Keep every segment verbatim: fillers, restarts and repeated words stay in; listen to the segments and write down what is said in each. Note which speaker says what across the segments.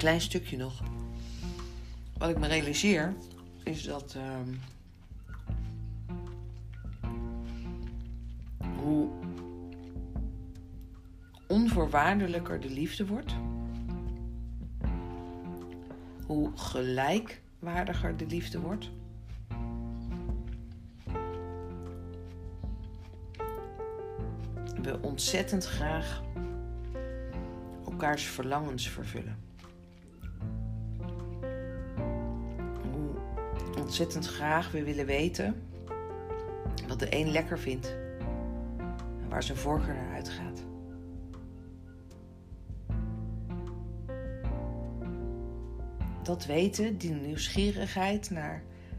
Speaker 1: klein stukje nog. Wat ik me realiseer is dat uh, hoe onvoorwaardelijker de liefde wordt, hoe gelijkwaardiger de liefde wordt, we ontzettend graag elkaars verlangens vervullen. Hoe ontzettend graag we willen weten wat de een lekker vindt en waar zijn voorkeur naar uitgaat. Dat weten, die nieuwsgierigheid naar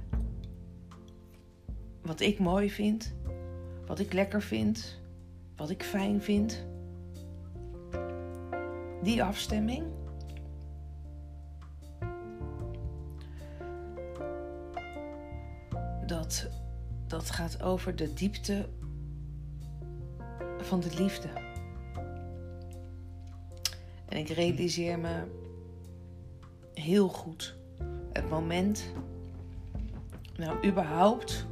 Speaker 1: wat ik mooi vind, wat ik lekker vind, wat ik fijn vind. Die afstemming. Dat, dat gaat over de diepte van de liefde. En ik realiseer me heel goed het moment, nou überhaupt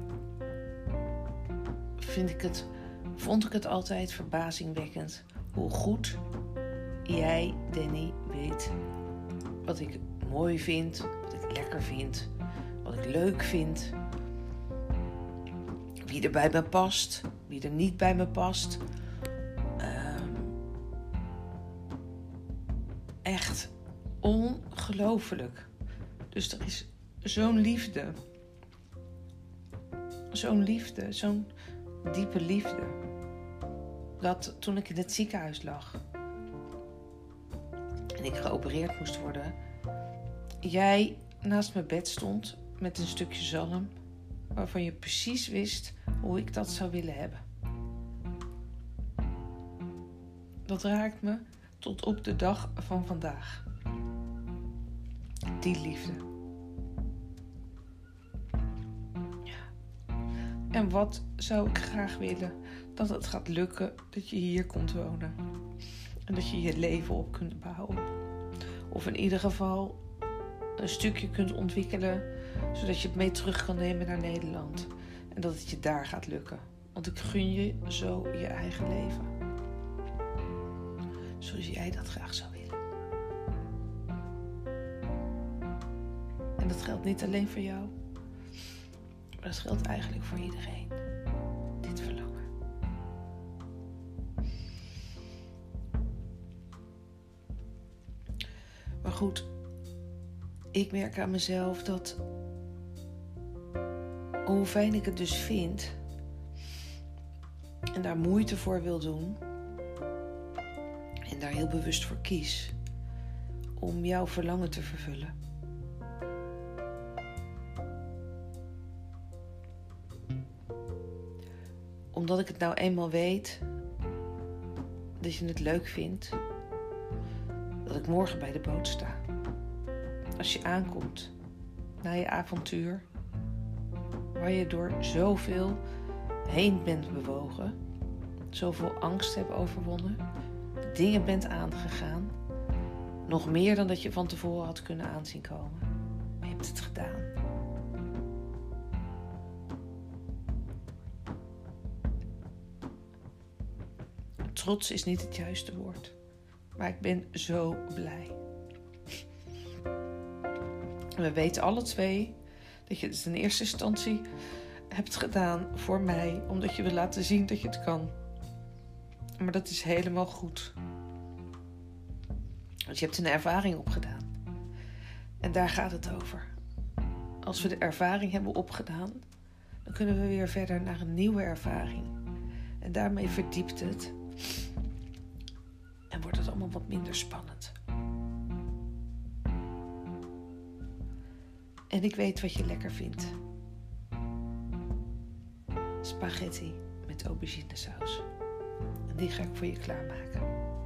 Speaker 1: vind ik het, vond ik het altijd verbazingwekkend hoe goed jij, Danny, weet wat ik mooi vind, wat ik lekker vind, wat ik leuk vind, wie er bij me past, wie er niet bij me past. Um, echt ongelooflijk. Dus er is zo'n liefde. Zo'n liefde, zo'n diepe liefde. Dat toen ik in het ziekenhuis lag en ik geopereerd moest worden, jij naast mijn bed stond met een stukje zalm waarvan je precies wist hoe ik dat zou willen hebben. Dat raakt me tot op de dag van vandaag. Die liefde. Ja. En wat zou ik graag willen dat het gaat lukken dat je hier komt wonen. En dat je je leven op kunt bouwen. Of in ieder geval een stukje kunt ontwikkelen, zodat je het mee terug kan nemen naar Nederland. En dat het je daar gaat lukken. Want ik gun je zo je eigen leven. Zoals jij dat graag zou willen. En dat geldt niet alleen voor jou. Maar dat geldt eigenlijk voor iedereen. Dit verlangen. Maar goed, ik merk aan mezelf dat hoe fijn ik het dus vind en daar moeite voor wil doen en daar heel bewust voor kies om jouw verlangen te vervullen. Omdat ik het nou eenmaal weet dat je het leuk vindt dat ik morgen bij de boot sta. Als je aankomt na je avontuur, waar je door zoveel heen bent bewogen, zoveel angst hebt overwonnen, dingen bent aangegaan, nog meer dan dat je van tevoren had kunnen aanzien komen. Maar je hebt het gedaan. Trots is niet het juiste woord, maar ik ben zo blij. We weten alle twee dat je het in eerste instantie hebt gedaan voor mij, omdat je wil laten zien dat je het kan. Maar dat is helemaal goed. Want je hebt een ervaring opgedaan. En daar gaat het over. Als we de ervaring hebben opgedaan, dan kunnen we weer verder naar een nieuwe ervaring. En daarmee verdiept het. En wordt het allemaal wat minder spannend. En ik weet wat je lekker vindt. Spaghetti met auberginesaus. En die ga ik voor je klaarmaken.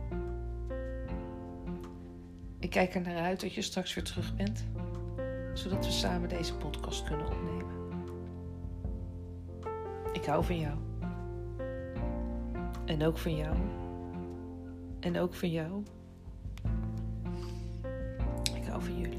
Speaker 1: Ik kijk er naar uit dat je straks weer terug bent. Zodat we samen deze podcast kunnen opnemen. Ik hou van jou. En ook van jou. En ook van jou. hou van jullie.